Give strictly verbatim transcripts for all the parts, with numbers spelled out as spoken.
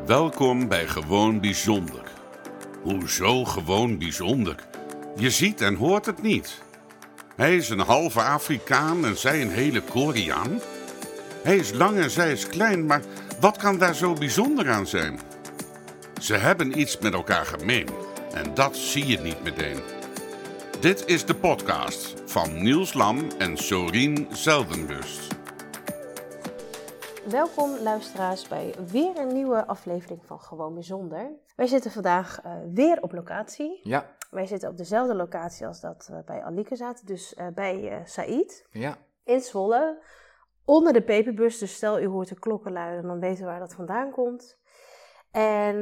Welkom bij Gewoon Bijzonder. Hoezo gewoon bijzonder? Je ziet en hoort het niet. Hij is een halve Afrikaan en zij een hele Koreaan. Hij is lang en zij is klein, maar wat kan daar zo bijzonder aan zijn? Ze hebben iets met elkaar gemeen en dat zie je niet meteen. Dit is de podcast van Niels Lam en Sorien Zeldenrust. Welkom luisteraars bij weer een nieuwe aflevering van Gewoon Bijzonder. Wij zitten vandaag uh, weer op locatie. Ja. Wij zitten op dezelfde locatie als dat we bij Alike zaten, dus uh, bij uh, Saïd Ja. in Zwolle. Onder de peperbus, dus stel u hoort de klokken luiden, dan weten we waar dat vandaan komt. En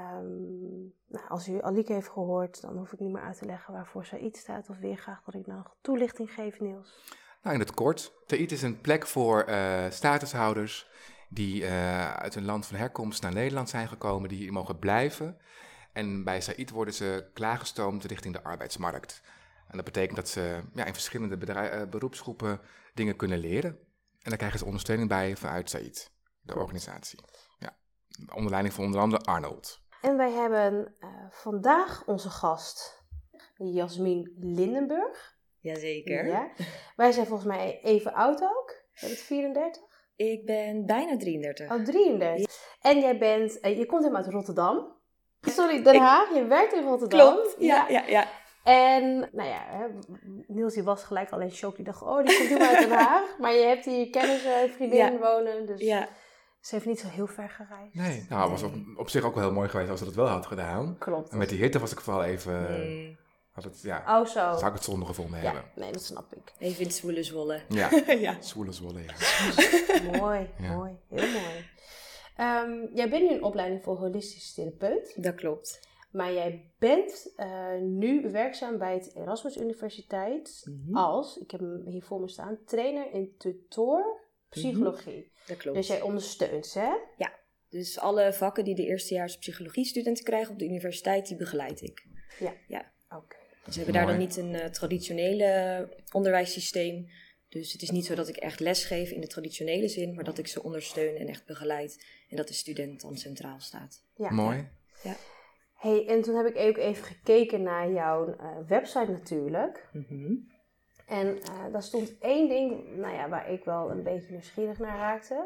um, nou, als u Alike heeft gehoord, dan hoef ik niet meer uit te leggen waarvoor Saïd staat. Of weer graag dat ik nou nog toelichting geef, Niels. Nou, in het kort. Saïd is een plek voor uh, statushouders die uh, uit een land van herkomst naar Nederland zijn gekomen, die hier mogen blijven. En bij Saïd worden ze klaargestoomd richting de arbeidsmarkt. En dat betekent dat ze ja, in verschillende bedrijf, uh, beroepsgroepen dingen kunnen leren. En daar krijgen ze ondersteuning bij vanuit Saïd, de organisatie. Ja, onder leiding van onder andere Arnold. En wij hebben uh, vandaag onze gast, Jasmin Lindenburg. Jazeker. Ja. Wij zijn volgens mij even oud ook. Je bent vierendertig? Ik ben bijna drieëndertig. Oh, drieëndertig. Ja. En jij bent, uh, je komt helemaal uit Rotterdam. Sorry, Den Haag. Ik... Je werkt in Rotterdam. Klopt, ja, ja, ja. En, nou ja, hè, Niels die was gelijk al in shock. Die dacht, oh, die komt helemaal uit Den Haag. Maar je hebt hier kennissen, vriendinnen ja. wonen. Dus ja. Ze heeft niet zo heel ver gereisd. Nee, nou, het was op, op zich ook wel heel mooi geweest als ze dat wel had gedaan. Klopt. En met die hitte was ik vooral even... Mm. Had het, ja, oh, zo. Zou ik het zonde gevonden ja, hebben. Nee, dat snap ik. Even in Zwolle Zwolle. Ja, ja. Zwolle Zwolle, ja. mooi, ja. mooi. Heel mooi. Um, jij bent nu in opleiding voor holistisch therapeut. Dat klopt. Maar jij bent uh, nu werkzaam bij het Erasmus Universiteit mm-hmm. als, ik heb hem hier voor me staan, trainer in tutor psychologie. Mm-hmm. Dat klopt. Dus jij ondersteunt, hè? Ja, dus alle vakken die de eerstejaars psychologiestudenten krijgen op de universiteit, die begeleid ik. Ja, ja. Oké. Okay. Dus we hebben Mooi. Daar dan niet een uh, traditionele onderwijssysteem. Dus het is niet zo dat ik echt les geef in de traditionele zin, maar dat ik ze ondersteun en echt begeleid. En dat de student dan centraal staat. Ja. Mooi. Ja. Hey, en toen heb ik ook even gekeken naar jouw uh, website natuurlijk. Mm-hmm. En uh, daar stond één ding, nou ja, waar ik wel een beetje nieuwsgierig naar raakte.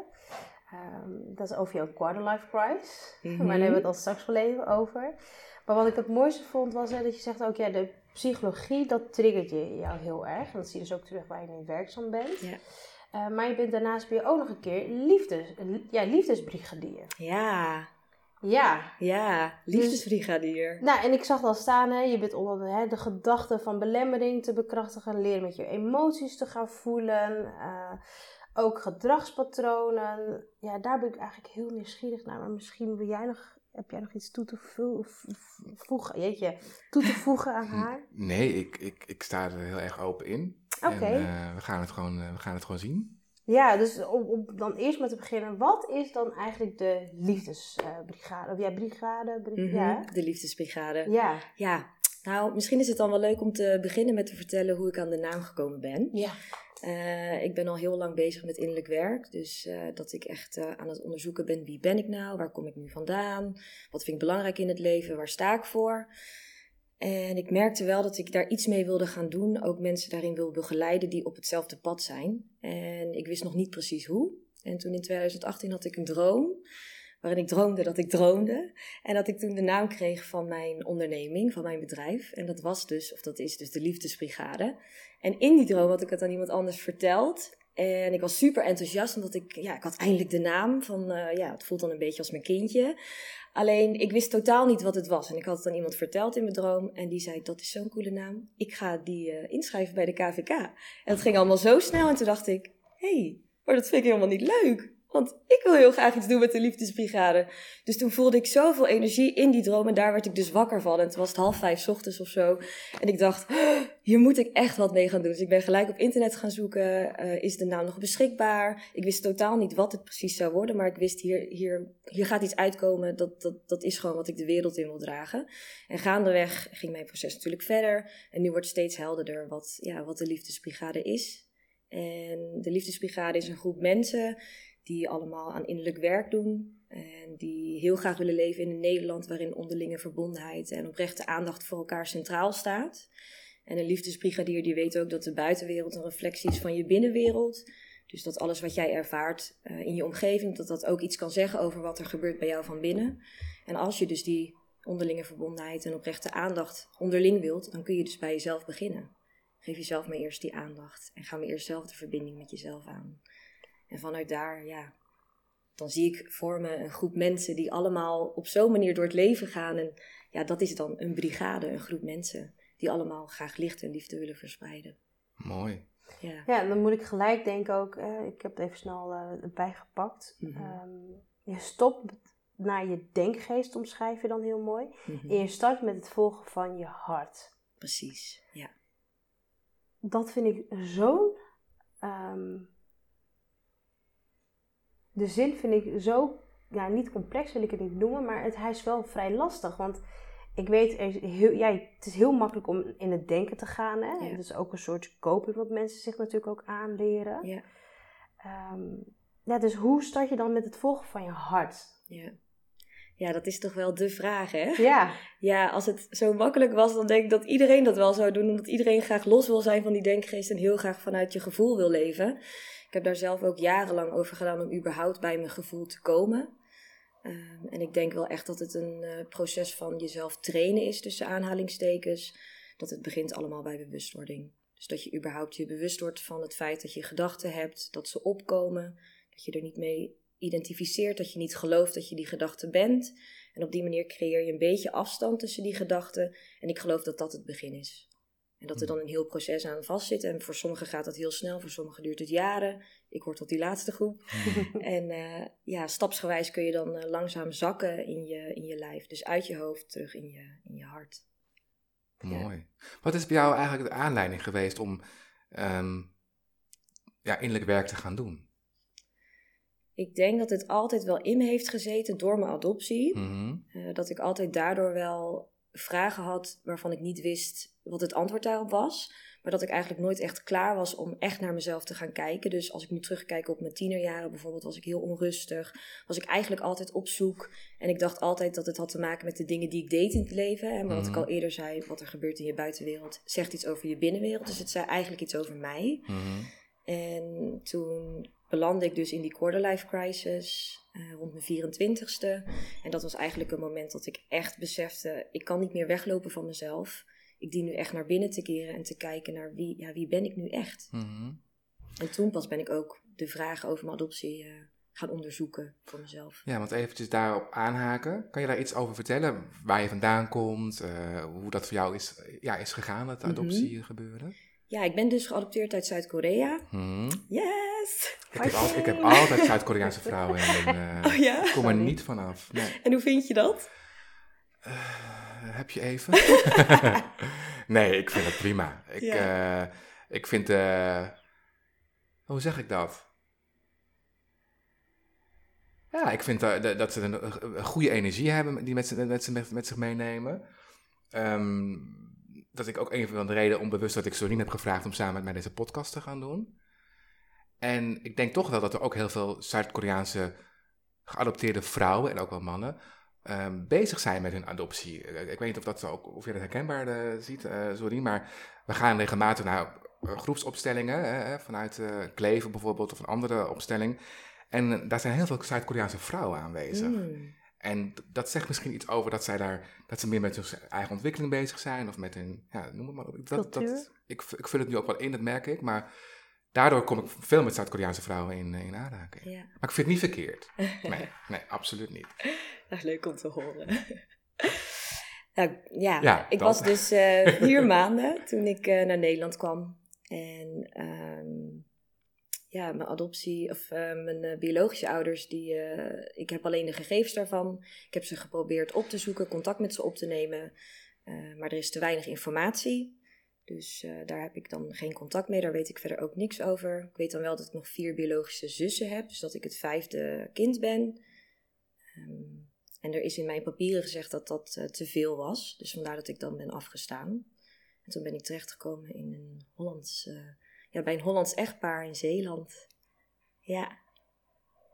Um, dat is over jouw quarterlife crisis. Mm-hmm. Maar daar hebben we het al straks wel even over. Maar wat ik het mooiste vond was hè, dat je zegt ook, ja, de psychologie, dat triggert je jou heel erg. En dat zie je dus ook terug waar je mee werkzaam bent. Ja. Uh, maar je bent daarnaast ben je ook nog een keer liefdes, ja, liefdesbrigadier. Ja. Ja. Ja, liefdesbrigadier. Dus, nou, en ik zag al staan, hè, je bent onder de, hè, de gedachten van belemmering te bekrachtigen, leren met je emoties te gaan voelen, uh, ook gedragspatronen. Ja, daar ben ik eigenlijk heel nieuwsgierig naar, maar misschien wil jij nog... Heb jij nog iets toe te voegen, jeetje, toe te voegen aan haar? Nee, ik, ik, ik sta er heel erg open in. Oké. Okay. En uh, we, gaan het gewoon, uh, we gaan het gewoon zien. Ja, dus om, om dan eerst maar te beginnen. Wat is dan eigenlijk de liefdesbrigade? Uh, of ja, brigade? Brig- mm-hmm, ja. De liefdesbrigade. Ja. Ja, nou misschien is het dan wel leuk om te beginnen met te vertellen hoe ik aan de naam gekomen ben. Ja. Uh, ik ben al heel lang bezig met innerlijk werk. Dus uh, dat ik echt uh, aan het onderzoeken ben, wie ben ik nou? Waar kom ik nu vandaan? Wat vind ik belangrijk in het leven? Waar sta ik voor? En ik merkte wel dat ik daar iets mee wilde gaan doen. Ook mensen daarin wilde begeleiden die op hetzelfde pad zijn. En ik wist nog niet precies hoe. En toen in twintig achttien had ik een droom. Waarin ik droomde dat ik droomde. En dat ik toen de naam kreeg van mijn onderneming, van mijn bedrijf. En dat was dus, of dat is dus de Liefdesbrigade. En in die droom had ik het aan iemand anders verteld. En ik was super enthousiast, omdat ik, ja, ik had eindelijk de naam van, uh, ja, het voelt dan een beetje als mijn kindje. Alleen, ik wist totaal niet wat het was. En ik had het aan iemand verteld in mijn droom. En die zei, dat is zo'n coole naam. Ik ga die uh, inschrijven bij de K V K. En dat ging allemaal zo snel. En toen dacht ik, hé, hey, maar dat vind ik helemaal niet leuk. Want ik wil heel graag iets doen met de liefdesbrigade. Dus toen voelde ik zoveel energie in die droom. En daar werd ik dus wakker van. En toen was het half vijf 's ochtends of zo. En ik dacht, hier moet ik echt wat mee gaan doen. Dus ik ben gelijk op internet gaan zoeken. Uh, is de naam nog beschikbaar? Ik wist totaal niet wat het precies zou worden. Maar ik wist, hier, hier, hier gaat iets uitkomen. Dat, dat, dat is gewoon wat ik de wereld in wil dragen. En gaandeweg ging mijn proces natuurlijk verder. En nu wordt steeds helderder wat, ja, wat de liefdesbrigade is. En de liefdesbrigade is een groep mensen die allemaal aan innerlijk werk doen. En die heel graag willen leven in een Nederland waarin onderlinge verbondenheid en oprechte aandacht voor elkaar centraal staat. En een liefdesbrigadier die weet ook dat de buitenwereld een reflectie is van je binnenwereld. Dus dat alles wat jij ervaart uh, in je omgeving, dat dat ook iets kan zeggen over wat er gebeurt bij jou van binnen. En als je dus die onderlinge verbondenheid en oprechte aandacht onderling wilt, dan kun je dus bij jezelf beginnen. Geef jezelf maar eerst die aandacht en ga maar eerst zelf de verbinding met jezelf aan. En vanuit daar, ja, dan zie ik voor me een groep mensen die allemaal op zo'n manier door het leven gaan. En ja, dat is dan een brigade, een groep mensen die allemaal graag licht en liefde willen verspreiden. Mooi. Ja, Ja, en dan moet ik gelijk denken ook, eh, ik heb het even snel uh, bijgepakt. Mm-hmm. Um, je stopt naar je denkgeest, omschrijf je dan heel mooi. Mm-hmm. En je start met het volgen van je hart. Precies, ja. Dat vind ik zo'n... Um, de zin vind ik zo... Ja, niet complex wil ik het niet noemen, maar het, hij is wel vrij lastig. Want ik weet, er is heel, ja, het is heel makkelijk om in het denken te gaan. Hè? Ja. Dat is ook een soort coping wat mensen zich natuurlijk ook aanleren. Ja. Um, ja, dus hoe start je dan met het volgen van je hart? Ja. Ja, dat is toch wel de vraag, hè? Ja. Ja, als het zo makkelijk was, dan denk ik dat iedereen dat wel zou doen. Omdat iedereen graag los wil zijn van die denkgeest en heel graag vanuit je gevoel wil leven. Ik heb daar zelf ook jarenlang over gedaan om überhaupt bij mijn gevoel te komen. Um, en ik denk wel echt dat het een uh, proces van jezelf trainen is, tussen aanhalingstekens. Dat het begint allemaal bij bewustwording. Dus dat je überhaupt je bewust wordt van het feit dat je gedachten hebt, dat ze opkomen. Dat je er niet mee identificeert, dat je niet gelooft dat je die gedachte bent. En op die manier creëer je een beetje afstand tussen die gedachten. En ik geloof dat dat het begin is. En dat er dan een heel proces aan vastzit. En voor sommigen gaat dat heel snel, voor sommigen duurt het jaren. Ik hoor tot die laatste groep. En uh, ja, stapsgewijs kun je dan uh, langzaam zakken in je, in je lijf. Dus uit je hoofd terug in je, in je hart. Mooi. Ja. Wat is bij jou eigenlijk de aanleiding geweest om um, ja, innerlijk werk te gaan doen? Ik denk dat het altijd wel in me heeft gezeten door mijn adoptie. Mm-hmm. Uh, dat ik altijd daardoor wel vragen had waarvan ik niet wist wat het antwoord daarop was. Maar dat ik eigenlijk nooit echt klaar was om echt naar mezelf te gaan kijken. Dus als ik nu terugkijk op mijn tienerjaren bijvoorbeeld, was ik heel onrustig. Was ik eigenlijk altijd op zoek. En ik dacht altijd dat het had te maken met de dingen die ik deed in het leven. Hè? Maar wat Mm-hmm. ik al eerder zei, wat er gebeurt in je buitenwereld, zegt iets over je binnenwereld. Dus het zei eigenlijk iets over mij. Mm-hmm. En toen belandde ik dus in die quarterlife crisis uh, rond mijn vierentwintigste. En dat was eigenlijk een moment dat ik echt besefte, ik kan niet meer weglopen van mezelf. Ik dien nu echt naar binnen te keren en te kijken naar wie, ja, wie ben ik nu echt. Mm-hmm. En toen pas ben ik ook de vragen over mijn adoptie uh, gaan onderzoeken voor mezelf. Ja, want eventjes daarop aanhaken. Kan je daar iets over vertellen? Waar je vandaan komt, uh, hoe dat voor jou is, ja, is gegaan, dat adoptie Mm-hmm. gebeuren? Ja, ik ben dus geadopteerd uit Zuid-Korea. Mm-hmm. Yes! Ik, heb al, ik heb altijd Zuid-Koreaanse vrouwen in mijn... Uh, Oh ja? Ik kom er Sorry. niet vanaf. Nee. En hoe vind je dat? Uh, heb je even? Nee, ik vind het prima. Ik, Ja. uh, ik vind... Uh, hoe zeg ik dat? Ja, ik vind uh, dat ze een, een goede energie hebben die met, met, ze, met, met zich meenemen. Um, dat ik ook een van de redenen onbewust dat ik Sorien heb gevraagd om samen met mij deze podcast te gaan doen. En ik denk toch wel dat er ook heel veel Zuid-Koreaanse geadopteerde vrouwen en ook wel mannen um, bezig zijn met hun adoptie. Ik weet niet of, dat ook, of je dat herkenbaar uh, ziet, uh, Sorien, maar we gaan regelmatig naar uh, groepsopstellingen, uh, vanuit uh, Kleven bijvoorbeeld of een andere opstelling. En daar zijn heel veel Zuid-Koreaanse vrouwen aanwezig. Mm. En dat zegt misschien iets over dat zij daar, dat ze meer met hun eigen ontwikkeling bezig zijn of met hun, ja, noem het maar op. Dat, dat, ik, ik vul het nu ook wel in, dat merk ik, maar daardoor kom ik veel met Zuid-Koreaanse vrouwen in, in aanraking. Ja. Maar ik vind het niet verkeerd. Nee, nee, absoluut niet. Dat is leuk om te horen. Nou, ja, Ja, ik dat. was dus uh, vier maanden toen ik uh, naar Nederland kwam. En um, ja, mijn adoptie, of uh, mijn uh, biologische ouders, die, uh, ik heb alleen de gegevens daarvan. Ik heb ze geprobeerd op te zoeken, contact met ze op te nemen. Uh, maar er is te weinig informatie. Dus uh, daar heb ik dan geen contact mee, daar weet ik verder ook niks over. Ik weet dan wel dat ik nog vier biologische zussen heb, dus dat ik het vijfde kind ben. Um, en er is in mijn papieren gezegd dat dat uh, te veel was, dus vandaar dat ik dan ben afgestaan. En toen ben ik terechtgekomen in een Hollands, uh, ja, bij een Hollands echtpaar in Zeeland. Ja.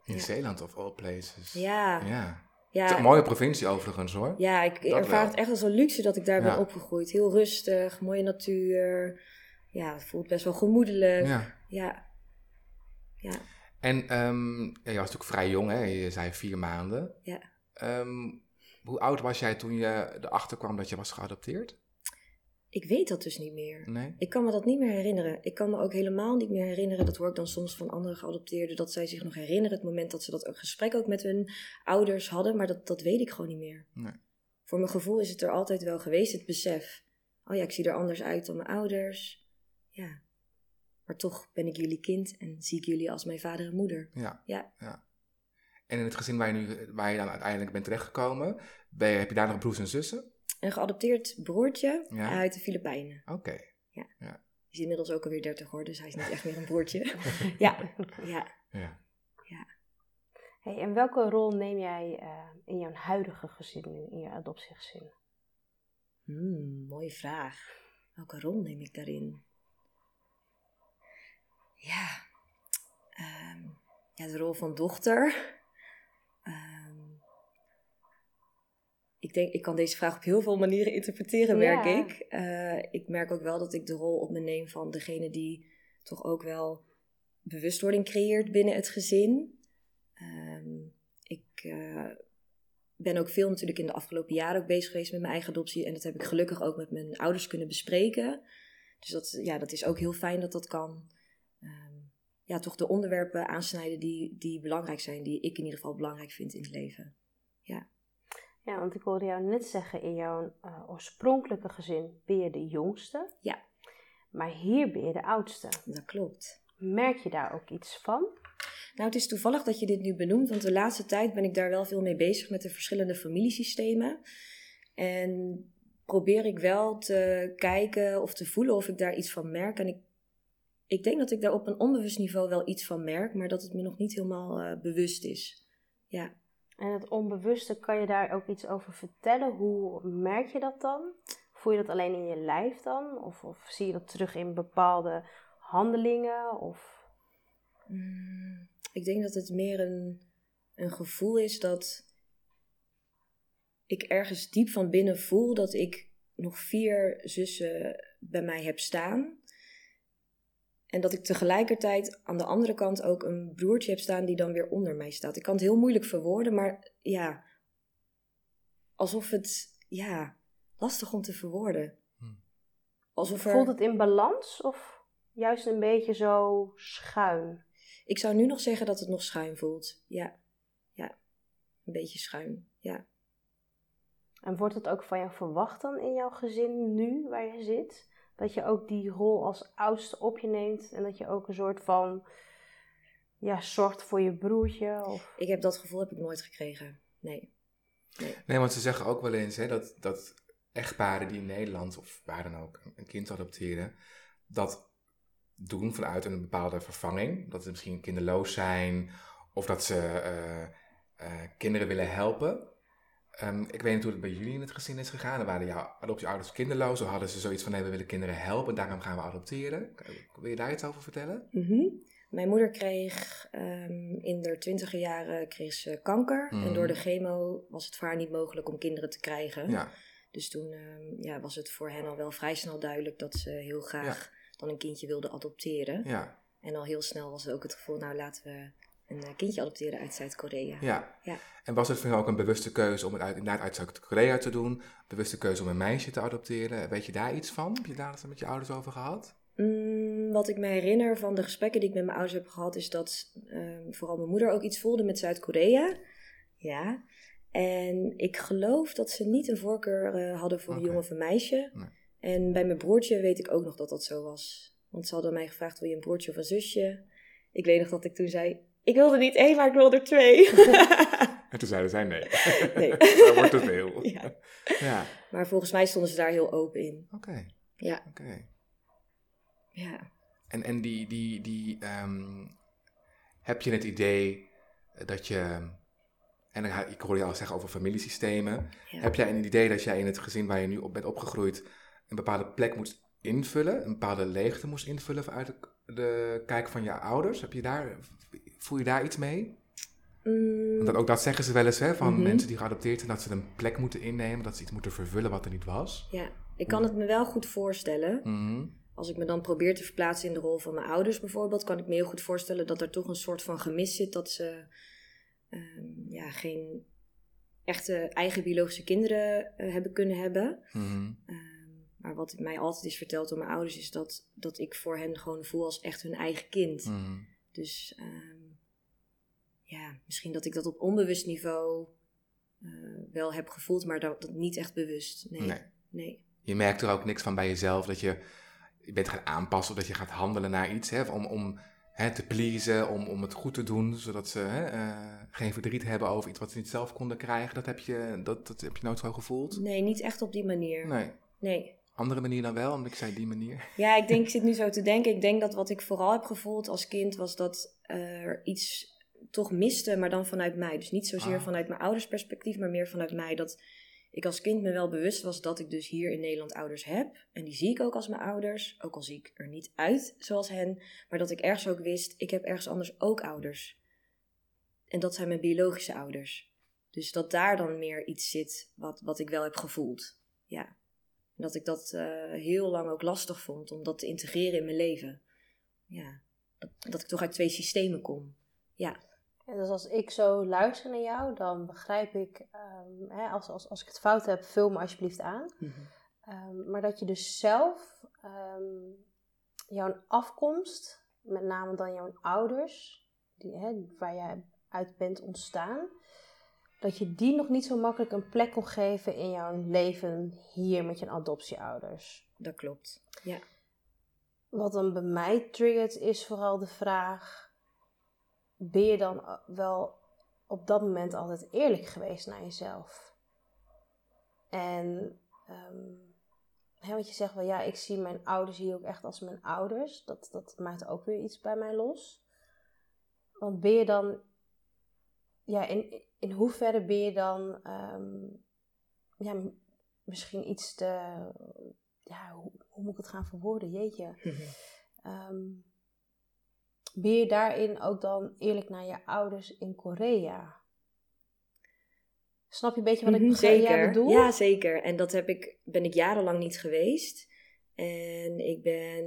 Nieuw-Zeeland of all places. Ja. ja. ja. Het is een mooie provincie overigens hoor. Ja, ik Dat ervaar wel. het echt als een luxe dat ik daar Ja. ben opgegroeid. Heel rustig, mooie natuur. Ja, het voelt best wel gemoedelijk. Ja. Ja. Ja. En um, ja, je was natuurlijk vrij jong, hè? Je zei vier maanden. Ja. Um, hoe oud was jij toen je erachter kwam dat je was geadopteerd? Ik weet dat dus niet meer. Nee? Ik kan me dat niet meer herinneren. Ik kan me ook helemaal niet meer herinneren, dat hoor ik dan soms van andere geadopteerden, dat zij zich nog herinneren het moment dat ze dat gesprek ook met hun ouders hadden, maar dat, dat weet ik gewoon niet meer. Nee. Voor mijn gevoel is het er altijd wel geweest, het besef. Oh ja, ik zie er anders uit dan mijn ouders. Ja. Maar toch ben ik jullie kind en zie ik jullie als mijn vader en moeder. Ja. Ja. ja. En in het gezin waar je, nu, waar je dan uiteindelijk bent terechtgekomen, ben je, heb je daar nog broers en zussen? Een geadopteerd broertje Ja. uit de Filipijnen. Oké. Okay. Ja. ja. Hij is inmiddels ook alweer dertig hoor, dus hij is niet echt meer een broertje. ja. Ja. Ja. Ja. Hey, en welke rol neem jij uh, in jouw huidige gezin nu, in je adoptiegezin? Hmm, mooie vraag. Welke rol neem ik daarin? Ja, um, ja de rol van dochter. Um, ik denk, ik kan deze vraag op heel veel manieren interpreteren, merk ja. ik. Uh, ik merk ook wel dat ik de rol op me neem van degene die toch ook wel bewustwording creëert binnen het gezin. Um, ik uh, ben ook veel natuurlijk in de afgelopen jaren ook bezig geweest met mijn eigen adoptie. En dat heb ik gelukkig ook met mijn ouders kunnen bespreken. Dus dat, ja, dat is ook heel fijn dat dat kan. Um, ja, toch de onderwerpen aansnijden die, die belangrijk zijn. Die ik in ieder geval belangrijk vind in het leven. Ja. Ja, want ik hoorde jou net zeggen, in jouw uh, oorspronkelijke gezin ben je de jongste. Ja. Maar hier ben je de oudste. Dat klopt. Merk je daar ook iets van? Nou, het is toevallig dat je dit nu benoemt, want de laatste tijd ben ik daar wel veel mee bezig met de verschillende familiesystemen. En probeer ik wel te kijken of te voelen of ik daar iets van merk. En ik, ik denk dat ik daar op een onbewust niveau wel iets van merk, maar dat het me nog niet helemaal uh, bewust is. Ja. En het onbewuste, kan je daar ook iets over vertellen? Hoe merk je dat dan? Voel je dat alleen in je lijf dan? Of, of zie je dat terug in bepaalde handelingen? Of... Mm, ik denk dat het meer een, een gevoel is dat ik ergens diep van binnen voel dat ik nog vier zussen bij mij heb staan. En dat ik tegelijkertijd aan de andere kant ook een broertje heb staan die dan weer onder mij staat. Ik kan het heel moeilijk verwoorden, maar ja, alsof het, ja, lastig om te verwoorden. Alsof er... Voelt het in balans of juist een beetje zo schuin? Ik zou nu nog zeggen dat het nog schuin voelt. Ja, ja, een beetje schuin, ja. En wordt het ook van jou verwacht dan in jouw gezin nu, waar je zit? Dat je ook die rol als oudste op je neemt en dat je ook een soort van, ja, zorgt voor je broertje? Of... Ik heb dat gevoel heb ik nooit gekregen, nee. Nee, nee want ze zeggen ook wel eens hè, dat, dat echtparen die in Nederland, of waar dan ook, een kind adopteren, dat doen vanuit een bepaalde vervanging. Dat ze misschien kinderloos zijn, of dat ze uh, uh, kinderen willen helpen. Um, ik weet niet hoe het bij jullie in het gezin is gegaan. Er waren jouw adoptieouders kinderloos, of hadden ze zoiets van, nee, we willen kinderen helpen, daarom gaan we adopteren. Wil je daar iets over vertellen? Mm-hmm. Mijn moeder kreeg um, in de twintiger jaren kreeg ze kanker. Mm. En door de chemo was het voor haar niet mogelijk om kinderen te krijgen. Ja. Dus toen um, ja, was het voor hen al wel vrij snel duidelijk dat ze heel graag ja. dan een kindje wilde adopteren. Ja. En al heel snel was het ook het gevoel, nou laten we een kindje adopteren uit Zuid-Korea. Ja. ja. En was het voor jou ook een bewuste keuze om het uit, inderdaad uit Zuid-Korea te doen? Bewuste keuze om een meisje te adopteren? Weet je daar iets van? Heb je daar eens met je ouders over gehad? Mm, wat ik me herinner van de gesprekken die ik met mijn ouders heb gehad, is dat um, vooral mijn moeder ook iets voelde met Zuid-Korea. Ja. En ik geloof dat ze niet een voorkeur uh, hadden voor okay. een jongen of een meisje. Nee. En bij mijn broertje weet ik ook nog dat dat zo was. Want ze hadden mij gevraagd, wil je een broertje of een zusje? Ik weet nog dat ik toen zei, ik wilde niet één, maar ik wilde er twee. En toen zeiden zij nee. Nee. Dan wordt het veel. Ja. Ja. Maar volgens mij stonden ze daar heel open in. Oké. Okay. Ja. Oké. Okay. Ja. En, en die, die, die um, heb je het idee dat je, en ik hoor je al zeggen over familiesystemen, ja. Heb jij een idee dat jij in het gezin waar je nu op bent opgegroeid een bepaalde plek moet invullen, een bepaalde leegte moest invullen vanuit de, de kijk van je ouders? Heb je daar, voel je daar iets mee? Mm. Want dat, ook dat zeggen ze wel eens, hè, van Mm-hmm. mensen die geadopteerd zijn, dat ze een plek moeten innemen, dat ze iets moeten vervullen wat er niet was. Ja, ik kan het me wel goed voorstellen. Mm-hmm. Als ik me dan probeer te verplaatsen in de rol van mijn ouders bijvoorbeeld, kan ik me heel goed voorstellen dat er toch een soort van gemis zit dat ze um, ja, geen echte eigen biologische kinderen uh, hebben kunnen hebben. Mm-hmm. Um, maar wat mij altijd is verteld door mijn ouders is dat, dat ik voor hen gewoon voel als echt hun eigen kind. Mm-hmm. Dus um, ja, misschien dat ik dat op onbewust niveau uh, wel heb gevoeld, maar dat, dat niet echt bewust. Nee. Nee. nee. Je merkt er ook niks van bij jezelf, dat je, je bent gaat aanpassen of dat je gaat handelen naar iets, hè, om, om hè, te pleasen, om, om het goed te doen, zodat ze hè, uh, geen verdriet hebben over iets wat ze niet zelf konden krijgen. Dat heb je, dat, dat heb je nooit zo gevoeld? Nee, niet echt op die manier. Nee. Nee. Andere manier dan wel, omdat ik zei die manier. Ja, ik denk, ik zit nu zo te denken. Ik denk dat wat ik vooral heb gevoeld als kind was dat er iets toch miste, maar dan vanuit mij. Dus niet zozeer Ah. vanuit mijn ouders perspectief, maar meer vanuit mij. Dat ik als kind me wel bewust was dat ik dus hier in Nederland ouders heb. En die zie ik ook als mijn ouders. Ook al zie ik er niet uit zoals hen. Maar dat ik ergens ook wist, ik heb ergens anders ook ouders. En dat zijn mijn biologische ouders. Dus dat daar dan meer iets zit wat, wat ik wel heb gevoeld. Ja. En dat ik dat uh, heel lang ook lastig vond om dat te integreren in mijn leven. Ja. Dat, dat ik toch uit twee systemen kom. Ja. En dus als ik zo luister naar jou, dan begrijp ik, um, hè, als, als, als ik het fout heb, vul me alsjeblieft aan. Mm-hmm. Um, maar dat je dus zelf um, jouw afkomst, met name dan jouw ouders, die, hè, waar jij uit bent ontstaan, dat je die nog niet zo makkelijk een plek kon geven in jouw leven hier met je adoptieouders. Dat klopt, ja. Wat dan bij mij triggert is vooral de vraag, ben je dan wel op dat moment altijd eerlijk geweest naar jezelf? En um, hè, want je zegt wel, ja, ik zie mijn ouders hier ook echt als mijn ouders. Dat, dat maakt ook weer iets bij mij los. Want ben je dan, ja, in, in hoeverre ben je dan, um, ja, misschien iets te, ja, hoe, hoe moet ik het gaan verwoorden? Jeetje. um, Ben je daarin ook dan eerlijk naar je ouders in Korea? Snap je een beetje wat ik zeker. Ja, bedoel? Ja, zeker. En dat heb ik, ben ik jarenlang niet geweest. En ik ben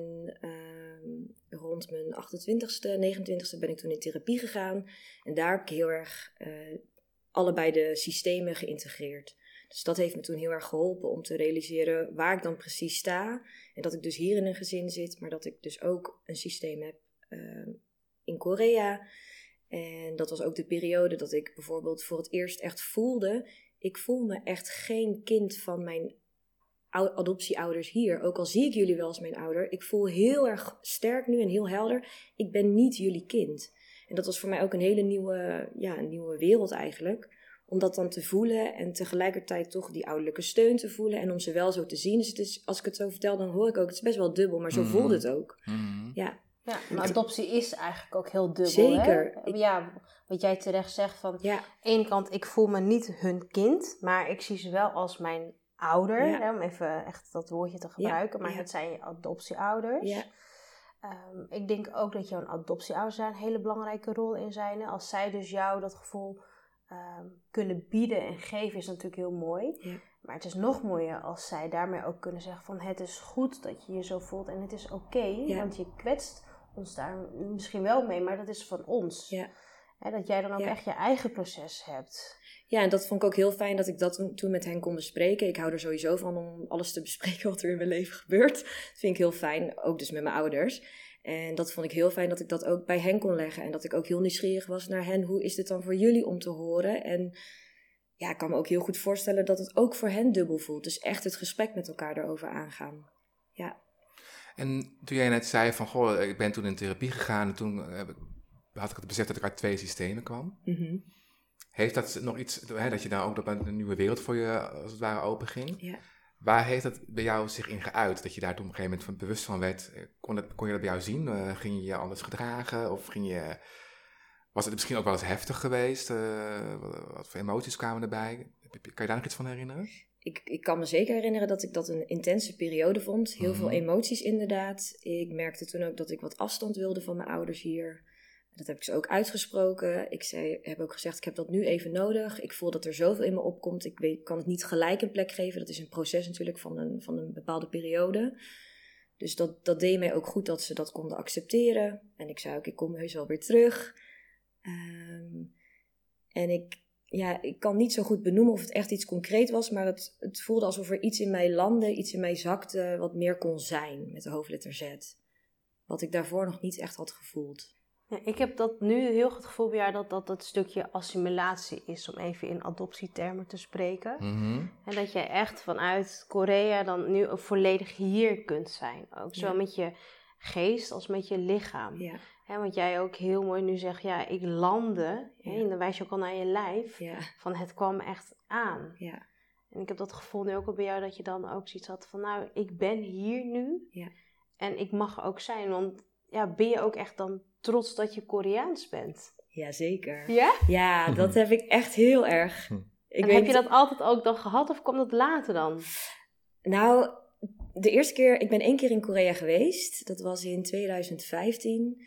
um, rond mijn achtentwintigste, negenentwintigste ben ik toen in therapie gegaan. En daar heb ik heel erg uh, allebei de systemen geïntegreerd. Dus dat heeft me toen heel erg geholpen om te realiseren waar ik dan precies sta. En dat ik dus hier in een gezin zit, maar dat ik dus ook een systeem heb Uh, in Korea. En dat was ook de periode dat ik bijvoorbeeld voor het eerst echt voelde, ik voel me echt geen kind van mijn adoptieouders hier. Ook al zie ik jullie wel als mijn ouder, ik voel heel erg sterk nu en heel helder, ik ben niet jullie kind. En dat was voor mij ook een hele nieuwe, ja, een nieuwe wereld eigenlijk. Om dat dan te voelen en tegelijkertijd toch die ouderlijke steun te voelen en om ze wel zo te zien. Dus het is, als ik het zo vertel, dan hoor ik ook, het is best wel dubbel, maar zo Mm. voelde het ook. Mm. Ja. Ja, maar adoptie is eigenlijk ook heel dubbel. Zeker. Hè? Ja, wat jij terecht zegt van, Ja. aan de ene kant, ik voel me niet hun kind, maar ik zie ze wel als mijn ouder. Ja. Hè, om even echt dat woordje te gebruiken, Ja, maar ja. het zijn je adoptieouders. Ja. Um, ik denk ook dat jouw adoptieouders daar een hele belangrijke rol in zijn. Hè? Als zij dus jou dat gevoel um, kunnen bieden en geven, is natuurlijk heel mooi. Ja. Maar het is nog mooier als zij daarmee ook kunnen zeggen van, het is goed dat je je zo voelt en het is oké, okay, Ja. want je kwetst ons daar misschien wel mee, maar dat is van ons. Ja. Hè, dat jij dan ook Ja. echt je eigen proces hebt. Ja, en dat vond ik ook heel fijn dat ik dat toen met hen kon bespreken. Ik hou er sowieso van om alles te bespreken wat er in mijn leven gebeurt. Dat vind ik heel fijn, ook dus met mijn ouders. En dat vond ik heel fijn dat ik dat ook bij hen kon leggen. En dat ik ook heel nieuwsgierig was naar hen. Hoe is dit dan voor jullie om te horen? En ja, ik kan me ook heel goed voorstellen dat het ook voor hen dubbel voelt. Dus echt het gesprek met elkaar erover aangaan. Ja. En toen jij net zei van, goh, ik ben toen in therapie gegaan en toen heb ik, had ik het besef dat ik uit twee systemen kwam. Mm-hmm. Heeft dat nog iets, hè, dat je dan ook dat een nieuwe wereld voor je als het ware open ging? Ja. Waar heeft dat bij jou zich in geuit? Dat je daar toen op een gegeven moment bewust van werd? Kon, het, kon je dat bij jou zien? Uh, ging je je anders gedragen? Of ging je, was het misschien ook wel eens heftig geweest? Uh, wat voor emoties kwamen erbij? Kan je daar nog iets van herinneren? Ik, ik kan me zeker herinneren dat ik dat een intense periode vond. Heel Mm-hmm. veel emoties inderdaad. Ik merkte toen ook dat ik wat afstand wilde van mijn ouders hier. Dat heb ik ze ook uitgesproken. Ik zei, heb ook gezegd, ik heb dat nu even nodig. Ik voel dat er zoveel in me opkomt. Ik weet, kan het niet gelijk een plek geven. Dat is een proces natuurlijk van een, van een bepaalde periode. Dus dat, dat deed mij ook goed dat ze dat konden accepteren. En ik zei ook, ik kom heus wel weer terug. Um, en ik, ja, ik kan niet zo goed benoemen of het echt iets concreet was. Maar het, het voelde alsof er iets in mij landde, iets in mij zakte, wat meer kon zijn met de hoofdletter Z. Wat ik daarvoor nog niet echt had gevoeld. Ja, ik heb dat nu heel goed gevoel bij jou dat dat het stukje assimilatie is, om even in adoptietermen te spreken. Mm-hmm. En dat jij echt vanuit Korea dan nu volledig hier kunt zijn. Ook zowel Ja. met je geest als met je lichaam. Ja. He, want jij ook heel mooi nu zegt, ja, ik landde. Ja. He, en dan wijs je ook al naar je lijf. Ja. Van het kwam echt aan. Ja. En ik heb dat gevoel nu ook al bij jou dat je dan ook zoiets had van, nou, ik ben hier nu. Ja. En ik mag ook zijn. Want ja, ben je ook echt dan trots dat je Koreaans bent? Jazeker. Ja? Ja, dat heb ik echt heel erg. Ik En weet heb je dat altijd ook dan gehad of kwam dat later dan? Nou, de eerste keer, ik ben één keer in Korea geweest. Dat was in twintig vijftien.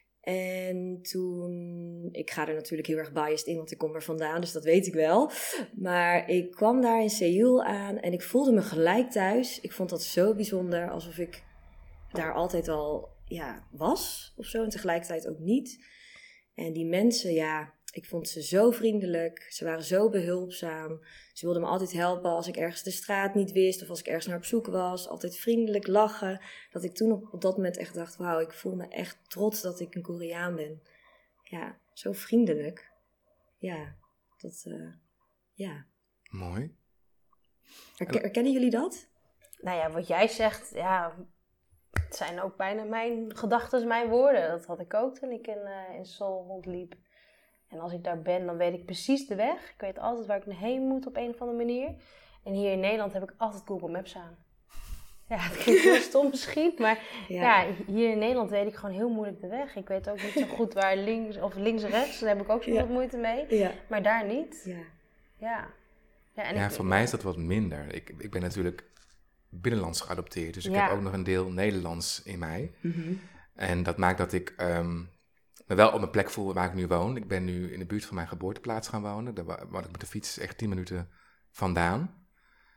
En toen, ik ga er natuurlijk heel erg biased in, want ik kom er vandaan, dus dat weet ik wel. Maar ik kwam daar in Seoul aan en ik voelde me gelijk thuis. Ik vond dat zo bijzonder, alsof ik daar altijd al ja, was of zo. En tegelijkertijd ook niet. En die mensen, ja, ik vond ze zo vriendelijk. Ze waren zo behulpzaam. Ze wilden me altijd helpen als ik ergens de straat niet wist of als ik ergens naar op zoek was. Altijd vriendelijk lachen. Dat ik toen op, op dat moment echt dacht, wauw, ik voel me echt trots dat ik een Koreaan ben. Ja, zo vriendelijk. Ja, dat, uh, ja. Mooi. Herken, herkennen jullie dat? Nou ja, wat jij zegt, ja, het zijn ook bijna mijn gedachten, mijn woorden. Dat had ik ook toen ik in, uh, in Seoul rondliep. En als ik daar ben, dan weet ik precies de weg. Ik weet altijd waar ik heen moet op een of andere manier. En hier in Nederland heb ik altijd Google Maps aan. Ja, het klinkt heel stom misschien, maar ja. ja, hier in Nederland weet ik gewoon heel moeilijk de weg. Ik weet ook niet zo goed waar links of links en rechts, daar heb ik ook zo ja. wat moeite mee. Ja. Maar daar niet. Ja, ja. Ja, en ja ik, voor mij is dat wat minder. Ik, ik ben natuurlijk binnenlands geadopteerd, dus ik ja. heb ook nog een deel Nederlands in mij. Mm-hmm. En dat maakt dat ik um, me wel op mijn plek voel waar ik nu woon. Ik ben nu in de buurt van mijn geboorteplaats gaan wonen. Daar woon ik met de fiets echt tien minuten vandaan.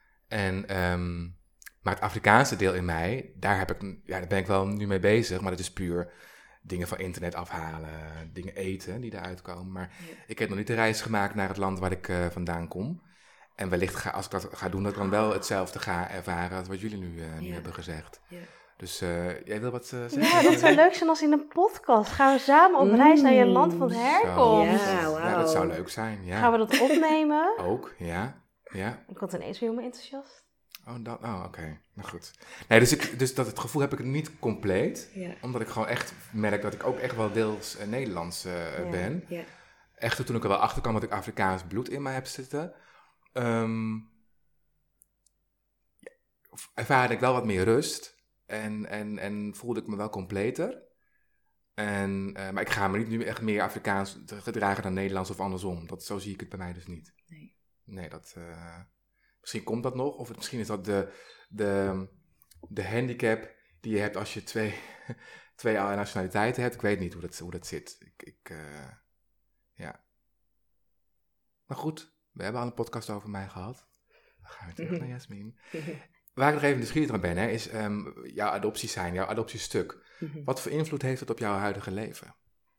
En, um, maar het Afrikaanse deel in mij, daar, heb ik, ja, daar ben ik wel nu mee bezig. Maar dat is puur dingen van internet afhalen, dingen eten die eruit komen. Maar ja. ik heb nog niet de reis gemaakt naar het land waar ik uh, vandaan kom. En wellicht ga, als ik dat ga doen, dat ik dan wel hetzelfde ga ervaren als wat jullie nu, uh, nu ja. hebben gezegd. Ja. Dus uh, jij wil wat uh, zeggen? Ja, dat zou leuk zijn als in een podcast. Gaan we samen op reis mm, naar je land van herkomst. Ja, wow. ja, dat zou leuk zijn. Ja. Gaan we dat opnemen? Ook, ja. ja. Ik word ineens weer helemaal enthousiast. Oh, dat, oh oké. Okay. Nou goed. Nee, dus, ik, dus dat het gevoel heb ik niet compleet. Ja. Omdat ik gewoon echt merk dat ik ook echt wel deels uh, Nederlands uh, ja. ben. Ja. Echt toen ik er wel achter kwam dat ik Afrikaans bloed in mij heb zitten. Um, ervaarde ik wel wat meer rust. En, en, en voelde ik me wel completer. En, uh, maar ik ga me niet nu echt meer Afrikaans gedragen dan Nederlands of andersom. Dat, zo zie ik het bij mij dus niet. Nee. Nee, dat... Uh, misschien komt dat nog. Of het, misschien is dat de, de, de handicap die je hebt als je twee, twee nationaliteiten hebt. Ik weet niet hoe dat, hoe dat zit. Ik, ik, uh, ja. Maar goed, we hebben al een podcast over mij gehad. Dan gaan we terug naar Jasmin. Waar ik nog even nieuwsgierig naar ben, hè, is um, jouw adoptie zijn, jouw adoptiestuk. Mm-hmm. Wat voor invloed heeft het op jouw huidige leven?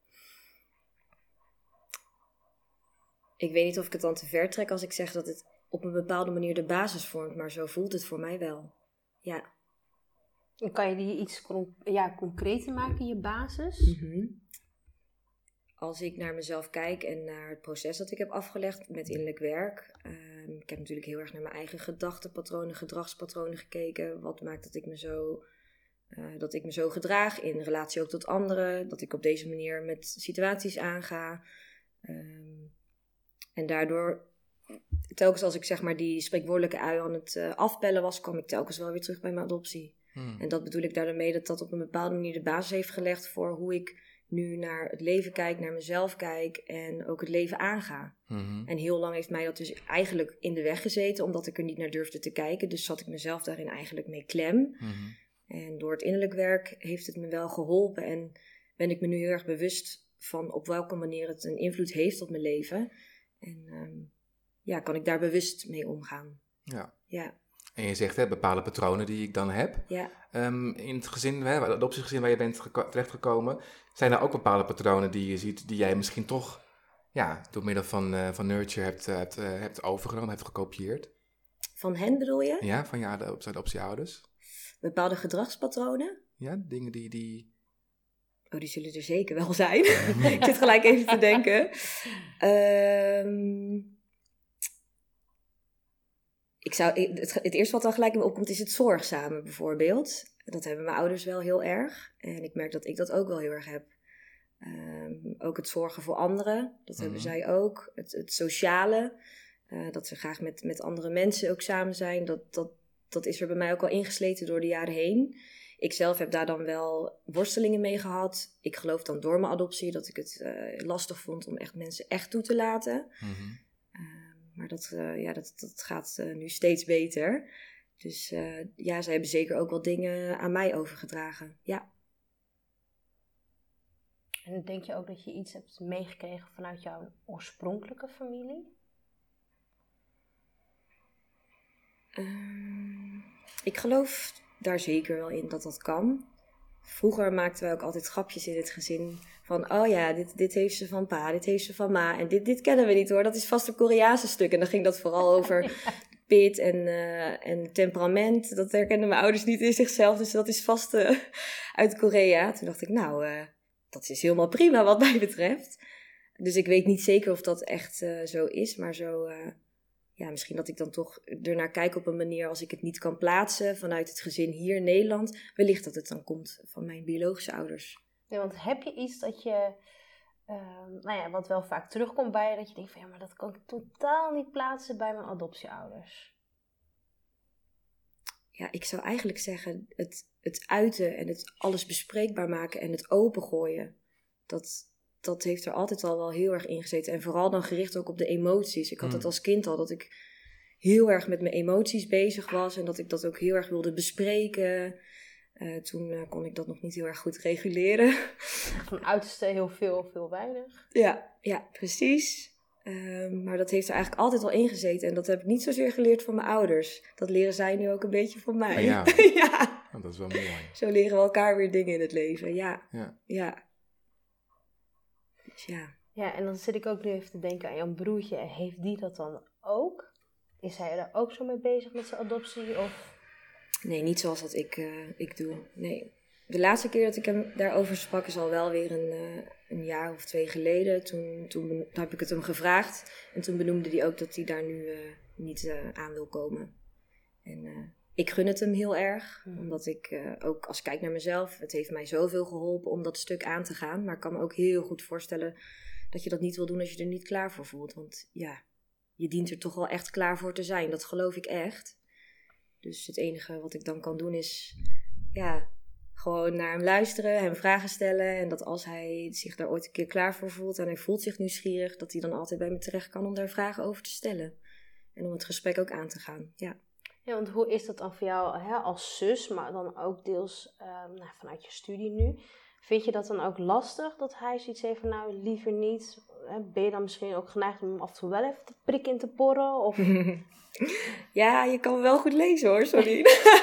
Ik weet niet of ik het dan te ver trek als ik zeg dat het op een bepaalde manier de basis vormt, maar zo voelt het voor mij wel. Ja. En kan je die iets ja, concreter maken, je basis? Mm-hmm. Als ik naar mezelf kijk en naar het proces dat ik heb afgelegd met innerlijk werk. Uh, ik heb natuurlijk heel erg naar mijn eigen gedachtenpatronen, gedragspatronen gekeken. Wat maakt dat ik me zo, uh, dat ik me zo gedraag in relatie ook tot anderen. Dat ik op deze manier met situaties aanga. Um, en daardoor, telkens als ik zeg maar die spreekwoordelijke ui aan het uh, afbellen was, kwam ik telkens wel weer terug bij mijn adoptie. Hmm. En dat bedoel ik daarmee dat dat op een bepaalde manier de basis heeft gelegd voor hoe ik nu naar het leven kijk, naar mezelf kijk en ook het leven aanga. Mm-hmm. En heel lang heeft mij dat dus eigenlijk in de weg gezeten, omdat ik er niet naar durfde te kijken. Dus zat ik mezelf daarin eigenlijk mee klem. Mm-hmm. En door het innerlijk werk heeft het me wel geholpen en ben ik me nu heel erg bewust van op welke manier het een invloed heeft op mijn leven. En um, ja, kan ik daar bewust mee omgaan. Ja. Ja. En je zegt, hè, bepaalde patronen die ik dan heb. Ja. Um, in het gezin, hè, het adoptiegezin waar je bent geko- terechtgekomen, zijn er ook bepaalde patronen die je ziet, die jij misschien toch ja, door middel van, uh, van Nurture hebt, uh, hebt, uh, hebt overgenomen, hebt gekopieerd? Van hen bedoel je? Ja, van je adop- adoptieouders. Bepaalde gedragspatronen? Ja, dingen die... die... Oh, die zullen er zeker wel zijn. Ik zit gelijk even te denken. Um, ik zou, het, het eerste wat dan gelijk in me opkomt is het zorgzame bijvoorbeeld. Dat hebben mijn ouders wel heel erg. En ik merk dat ik dat ook wel heel erg heb. Um, ook het zorgen voor anderen, dat mm-hmm. hebben zij ook. Het, het sociale, uh, dat ze graag met, met andere mensen ook samen zijn. Dat, dat, dat is er bij mij ook al ingesleten door de jaren heen. Ik zelf heb daar dan wel worstelingen mee gehad. Ik geloof dan door mijn adoptie dat ik het uh, lastig vond om echt mensen echt toe te laten. Mm-hmm. Uh, maar dat, uh, ja, dat, dat gaat uh, nu steeds beter. Dus uh, ja, zij hebben zeker ook wel dingen aan mij overgedragen. Ja. En denk je ook dat je iets hebt meegekregen vanuit jouw oorspronkelijke familie? Uh, ik geloof daar zeker wel in dat dat kan. Vroeger maakten wij ook altijd grapjes in het gezin. Van, oh ja, dit, dit heeft ze van pa, dit heeft ze van ma. En dit, dit kennen we niet hoor, dat is vast een Koreaanse stuk. En dan ging dat vooral over ja. pit en, uh, en temperament. Dat herkenden mijn ouders niet in zichzelf. Dus dat is vast uh, uit Korea. Toen dacht ik, nou, uh, dat is helemaal prima wat mij betreft. Dus ik weet niet zeker of dat echt uh, zo is. Maar zo, uh, ja, misschien dat ik dan toch ernaar kijk op een manier als ik het niet kan plaatsen vanuit het gezin hier in Nederland. Wellicht dat het dan komt van mijn biologische ouders. Ja, want heb je iets dat je, uh, nou ja, wat wel vaak terugkomt bij je, dat je denkt van ja, maar dat kan ik totaal niet plaatsen bij mijn adoptieouders? Ja, ik zou eigenlijk zeggen, het, het uiten en het alles bespreekbaar maken en het opengooien, dat, dat heeft er altijd al wel heel erg in gezeten. En vooral dan gericht ook op de emoties. Ik had mm. het als kind al, dat ik heel erg met mijn emoties bezig was en dat ik dat ook heel erg wilde bespreken. Uh, toen uh, kon ik dat nog niet heel erg goed reguleren. Van uiterste heel veel, veel weinig. Ja, ja, precies. Uh, maar dat heeft er eigenlijk altijd al in gezeten. En dat heb ik niet zozeer geleerd van mijn ouders. Dat leren zij nu ook een beetje van mij. Ja, ja. Oh, dat is wel mooi. Zo leren we elkaar weer dingen in het leven. Ja, ja. ja. Dus ja. Ja, en dan zit ik ook nu even te denken aan jouw broertje. Heeft die dat dan ook? Is hij er ook zo mee bezig met zijn adoptie? Of... Nee, niet zoals dat ik, uh, ik doe. Nee. De laatste keer dat ik hem daarover sprak is al wel weer een, uh, een jaar of twee geleden. Toen, toen, toen heb ik het hem gevraagd. En toen benoemde hij ook dat hij daar nu uh, niet uh, aan wil komen. En uh, ik gun het hem heel erg. Mm. Omdat ik uh, ook, als ik kijk naar mezelf, het heeft mij zoveel geholpen om dat stuk aan te gaan. Maar ik kan me ook heel goed voorstellen dat je dat niet wil doen als je er niet klaar voor voelt. Want ja, je dient er toch wel echt klaar voor te zijn. Dat geloof ik echt. Dus het enige wat ik dan kan doen is, ja, gewoon naar hem luisteren, hem vragen stellen. En dat als hij zich daar ooit een keer klaar voor voelt en hij voelt zich nieuwsgierig, dat hij dan altijd bij me terecht kan om daar vragen over te stellen. En om het gesprek ook aan te gaan, ja. Ja, want hoe is dat dan voor jou hè, als zus, maar dan ook deels uh, nou, vanuit je studie nu? Vind je dat dan ook lastig, dat hij zoiets heeft van nou, liever niet? Hè, ben je dan misschien ook geneigd om af en toe wel even te prikken in te porren? Of... Ja, je kan wel goed lezen hoor, sorry.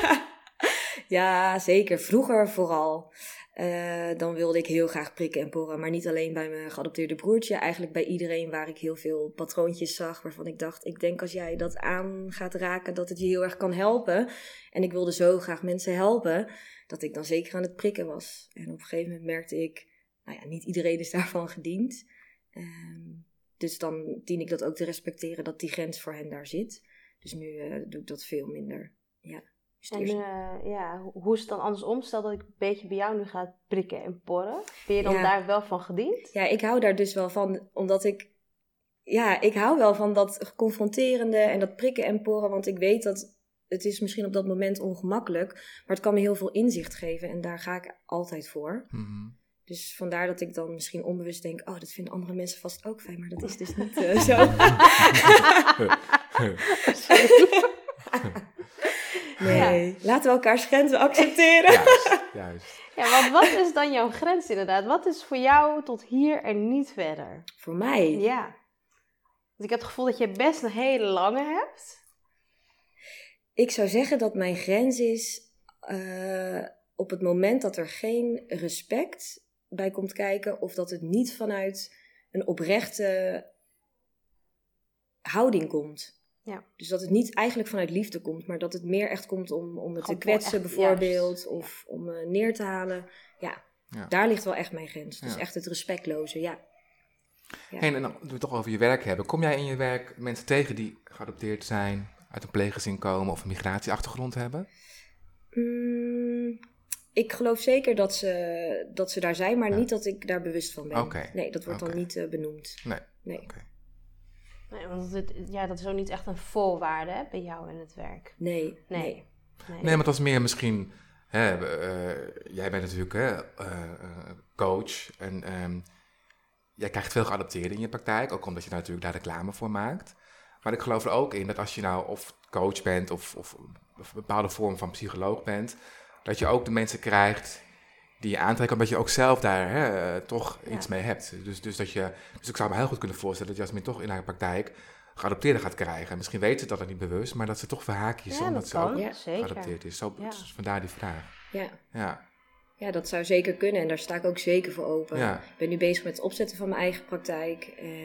Ja, zeker. Vroeger vooral. Uh, dan wilde ik heel graag prikken en porren. Maar niet alleen bij mijn geadopteerde broertje. Eigenlijk bij iedereen waar ik heel veel patroontjes zag. Waarvan ik dacht, ik denk als jij dat aan gaat raken, dat het je heel erg kan helpen. En ik wilde zo graag mensen helpen, dat ik dan zeker aan het prikken was. En op een gegeven moment merkte ik, nou ja, niet iedereen is daarvan gediend. Um, dus dan dien ik dat ook te respecteren, dat die grens voor hen daar zit. Dus nu uh, doe ik dat veel minder, ja. En uh, ja, hoe is het dan andersom? Stel dat ik een beetje bij jou nu ga prikken en porren. Ben je dan ja. daar wel van gediend? Ja, ik hou daar dus wel van. Omdat ik... Ja, ik hou wel van dat confronterende en dat prikken en porren. Want ik weet dat het is misschien op dat moment ongemakkelijk. Maar het kan me heel veel inzicht geven. En daar ga ik altijd voor. Mm-hmm. Dus vandaar dat ik dan misschien onbewust denk, oh, dat vinden andere mensen vast ook fijn. Maar dat is dus niet uh, zo. Nee, ja. Laten we elkaars grenzen accepteren. Juist, juist. Ja, want wat is dan jouw grens inderdaad? Wat is voor jou tot hier en niet verder? Voor mij? Ja. Want ik heb het gevoel dat je best een hele lange hebt. Ik zou zeggen dat mijn grens is uh, op het moment dat er geen respect bij komt kijken, of dat het niet vanuit een oprechte houding komt. Ja. Dus dat het niet eigenlijk vanuit liefde komt, maar dat het meer echt komt om, om het Gewoon te kwetsen echt, bijvoorbeeld, juist. of om uh, neer te halen. Ja, Ja. daar ligt wel echt mijn grens. Dus Ja. echt het respectloze, ja. Ja. Hey, en dan we het toch over je werk hebben. Kom jij in je werk mensen tegen die geadopteerd zijn, uit een pleeggezin komen of een migratieachtergrond hebben? Mm, ik geloof zeker dat ze, dat ze daar zijn, maar Ja. niet dat ik daar bewust van ben. Okay. Nee, dat wordt Okay. dan niet uh, benoemd. Nee. Nee. Okay. Nee, want het, ja, dat is ook niet echt een voorwaarde hè, bij jou in het werk. Nee. Nee. Nee. Nee, Nee, maar het was meer misschien... Hè, uh, jij bent natuurlijk hè, uh, uh, coach en um, jij krijgt veel geadopteerden in je praktijk, ook omdat je daar natuurlijk daar reclame voor maakt. Maar ik geloof er ook in dat als je nou of coach bent of, of, of een bepaalde vorm van psycholoog bent, dat je ook de mensen krijgt die je aantrekt, omdat je ook zelf daar hè, uh, toch Ja. iets mee hebt. Dus, dus, dat je, dus ik zou me heel goed kunnen voorstellen dat Jasmin toch in haar praktijk geadopteerden gaat krijgen. Misschien weet ze dat het niet bewust, maar dat ze toch verhaakjes, Ja, omdat dat ze kan. ook Ja, zeker. geadopteerd is. Zo, Ja. dus vandaar die vraag. Ja. Ja, ja, dat zou zeker kunnen en daar sta ik ook zeker voor open. ja, Ik ben nu bezig met het opzetten van mijn eigen praktijk.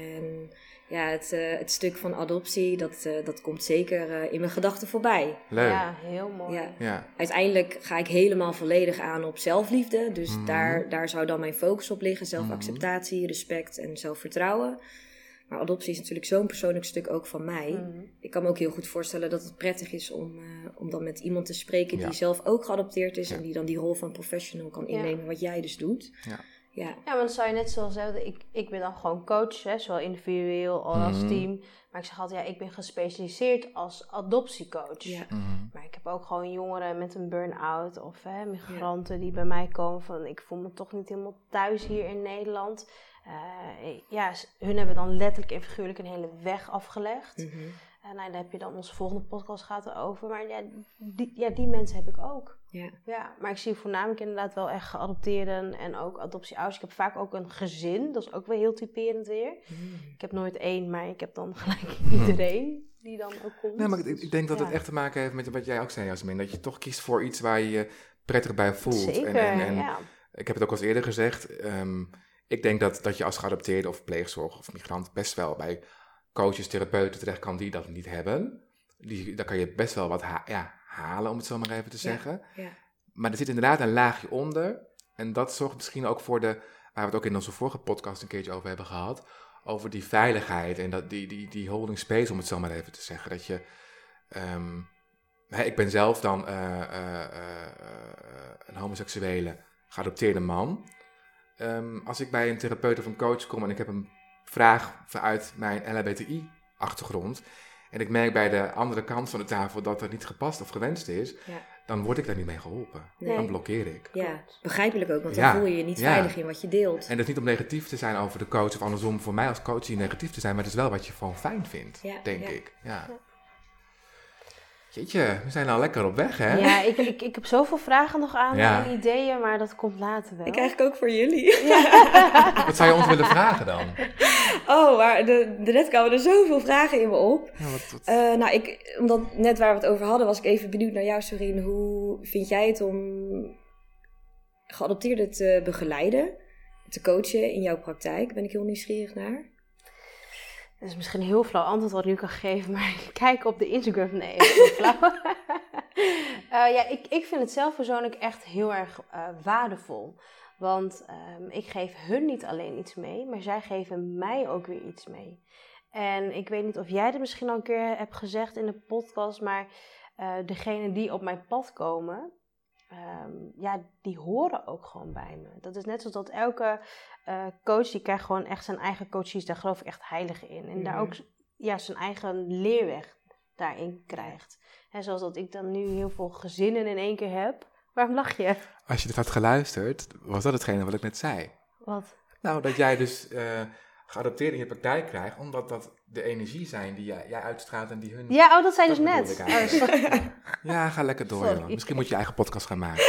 En ja, het, uh, het stuk van adoptie, dat, uh, dat komt zeker uh, in mijn gedachten voorbij. leuk. Ja, heel mooi. Ja. Ja, Uiteindelijk ga ik helemaal volledig aan op zelfliefde. Dus Mhm. daar, daar zou dan mijn focus op liggen. Zelfacceptatie, respect en zelfvertrouwen. Maar adoptie is natuurlijk zo'n persoonlijk stuk ook van mij. Mhm. Ik kan me ook heel goed voorstellen dat het prettig is om, uh, om dan met iemand te spreken die Ja. zelf ook geadopteerd is. Ja. En die dan die rol van professional kan Ja. innemen, wat jij dus doet. Ja. Ja. Ja, maar dan zou je net zoals zeggen, ik, ik ben dan gewoon coach, hè, zowel individueel als Mhm. team. Maar ik zeg altijd, ja, ik ben gespecialiseerd als adoptiecoach. Ja. mhm. Maar ik heb ook gewoon jongeren met een burn-out of hè, migranten die bij mij komen van, ik voel me toch niet helemaal thuis hier in Nederland. Uh, ja, hun hebben dan letterlijk en figuurlijk een hele weg afgelegd. Mhm. En nou, daar heb je dan onze volgende podcast gaat over. Maar ja die, ja, die mensen heb ik ook. Ja. Ja, maar ik zie voornamelijk inderdaad wel echt geadopteerden en ook adoptieouders. Ik heb vaak ook een gezin, dat is ook wel heel typerend weer. Mhm. Ik heb nooit één, maar ik heb dan gelijk iedereen die dan ook komt. Nee, maar ik, ik denk dat het Ja. echt te maken heeft met wat jij ook zei, Jasmin. Dat je toch kiest voor iets waar je je prettig bij voelt. Zeker, en, en, en ja. ik heb het ook al eens eerder gezegd. Um, ik denk dat, dat je als geadopteerde of pleegzorg of migrant best wel bij coaches, therapeuten terecht kan die dat niet hebben. Die, daar kan je best wel wat ha- ja, halen, om het zo maar even te zeggen. Ja. Maar er zit inderdaad een laagje onder. En dat zorgt misschien ook voor de, waar we het ook in onze vorige podcast een keertje over hebben gehad, over die veiligheid en dat, die, die, die holding space, om het zo maar even te zeggen. Dat je, um, hè, ik ben zelf dan uh, uh, uh, uh, een homoseksuele geadopteerde man. Um, als ik bij een therapeut of een coach kom en ik heb een vraag vanuit mijn L H B T I-achtergrond en ik merk bij de andere kant van de tafel dat dat niet gepast of gewenst is, Ja. dan word ik daar niet mee geholpen. Nee. Dan blokkeer ik. Ja, begrijpelijk ook, want dan Ja. voel je je niet Ja. veilig in wat je deelt. En dat is niet om negatief te zijn over de coach of andersom voor mij als coach niet negatief te zijn, maar het is wel wat je gewoon fijn vindt, Ja, denk ja. ik. Ja. Jeetje, we zijn al lekker op weg, hè? Ja, ik, ik, ik heb zoveel vragen nog aan Ja. en ideeën, maar dat komt later wel. Ik eigenlijk ook voor jullie. Wat zou je ons willen vragen dan? Oh, maar de, de net kwamen er zoveel vragen in me op. Ja, wat, wat... Uh, nou, ik, omdat net waar we het over hadden, was ik even benieuwd naar jou, Sorien. Hoe vind jij het om geadopteerden te begeleiden, te coachen in jouw praktijk? Ben ik heel nieuwsgierig naar. Dat is misschien een heel flauw antwoord wat ik nu kan geven, maar kijk op de Instagram. Nee, dat is heel flauw. uh, ja, ik, ik vind het zelf persoonlijk echt heel erg uh, waardevol. Want um, ik geef hun niet alleen iets mee, maar zij geven mij ook weer iets mee. En ik weet niet of jij het misschien al een keer hebt gezegd in de podcast, maar uh, degenen die op mijn pad komen, um, ja, die horen ook gewoon bij me. Dat is net zoals dat elke uh, coach, die krijgt gewoon echt zijn eigen coaches, daar geloof ik echt heilig in. En mm-hmm. daar ook ja, zijn eigen leerweg daarin krijgt. En zoals dat ik dan nu heel veel gezinnen in één keer heb. Waarom lach je? Als je dit had geluisterd, was dat hetgene wat ik net zei. Wat? Nou, dat jij dus uh, geadopteerden in je praktijk krijgt, omdat dat de energie zijn die jij, jij uitstraalt en die hun... Ja, oh, dat zei dat dus bedoelde net. ik Oh, eigenlijk. sorry. Ja, ga lekker door, Sorry. joh. Misschien moet je je eigen podcast gaan maken.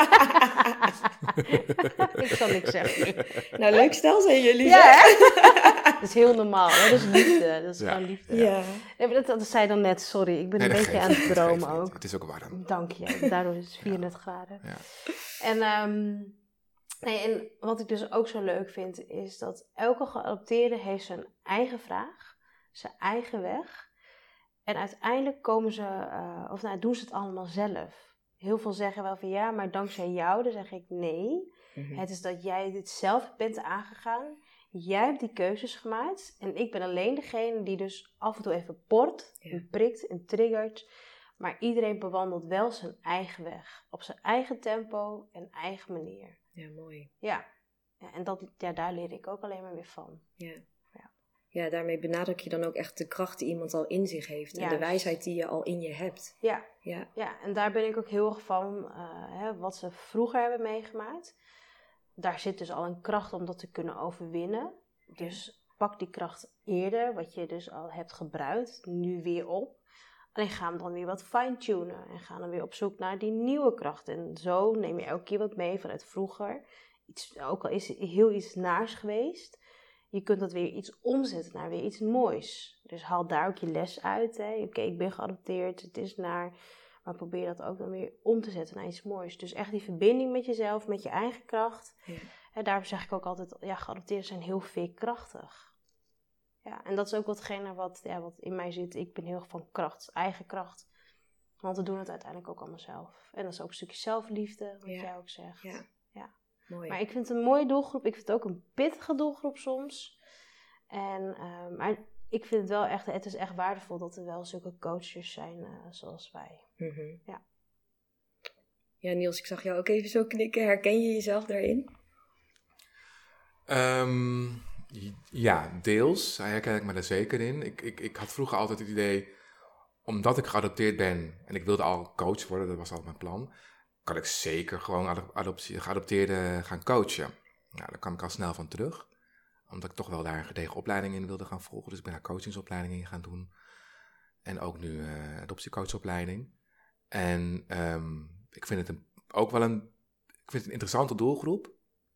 Ik zal niks zeggen. Nou, leuk stel zijn jullie. Ja, zeg. hè? Dat is heel normaal. Hè? Dat is liefde. Dat is Ja. gewoon liefde. Ja. Nee, maar dat, dat zei dan net, sorry. Ik ben Nee, een dat beetje geeft aan het niet, dat dromen geeft niet. ook. Het is ook warm. Dank je. Daardoor is het vierendertig graden. Ja. En, ehm, nee, en wat ik dus ook zo leuk vind, is dat elke geadopteerde heeft zijn eigen vraag, zijn eigen weg. En uiteindelijk komen ze, uh, of nou, doen ze het allemaal zelf. Heel veel zeggen wel van ja, maar dankzij jou. Dan zeg ik nee. Mhm. Het is dat jij dit zelf bent aangegaan. Jij hebt die keuzes gemaakt. En ik ben alleen degene die dus af en toe even port, Ja. en prikt en triggert. Maar iedereen bewandelt wel zijn eigen weg. Op zijn eigen tempo en eigen manier. Ja, mooi. Ja, ja en dat, ja, daar leer ik ook alleen maar weer van. Ja. Ja. Ja, daarmee benadruk je dan ook echt de kracht die iemand al in zich heeft. En Juist. de wijsheid die je al in je hebt. Ja, Ja. ja en daar ben ik ook heel erg van. Uh, hè, wat ze vroeger hebben meegemaakt. Daar zit dus al een kracht om dat te kunnen overwinnen. Dus pak die kracht eerder, wat je dus al hebt gebruikt, nu weer op. Alleen gaan we dan weer wat fine-tunen. En gaan dan weer op zoek naar die nieuwe kracht. En zo neem je elke keer wat mee vanuit vroeger. Iets, ook al is het heel iets naars geweest. Je kunt dat weer iets omzetten naar weer iets moois. Dus haal daar ook je les uit. Oké, okay, ik ben geadopteerd, het is naar... Maar probeer dat ook dan weer om te zetten naar iets moois. Dus echt die verbinding met jezelf, met je eigen kracht. Ja. En daarom zeg ik ook altijd, ja, geadopteerden zijn heel veerkrachtig. Ja, en dat is ook watgene wat, ja, wat in mij zit. Ik ben heel erg van kracht, eigen kracht. Want we doen het uiteindelijk ook allemaal zelf. En dat is ook een stukje zelfliefde, wat Ja. jij ook zegt. Ja. Ja. Mooi. Maar ik vind het een mooie doelgroep. Ik vind het ook een pittige doelgroep soms. En, uh, maar ik vind het wel echt, het is echt waardevol dat er wel zulke coaches zijn uh, zoals wij. Mm-hmm. Ja. Ja, Niels, ik zag jou ook even zo knikken. Herken je jezelf daarin? Um, ja, deels. Daar herken ik me er zeker in. Ik, ik, ik had vroeger altijd het idee, omdat ik geadopteerd ben en ik wilde al coach worden, dat was al mijn plan, kan ik zeker gewoon adoptie, geadopteerden gaan coachen. Nou, daar kwam ik al snel van terug. Omdat ik toch wel daar een gedegen opleiding in wilde gaan volgen. Dus ik ben daar coachingsopleiding in gaan doen. En ook nu uh, adoptiecoachopleiding. En um, ik vind het een, ook wel een, ik vind het een interessante doelgroep.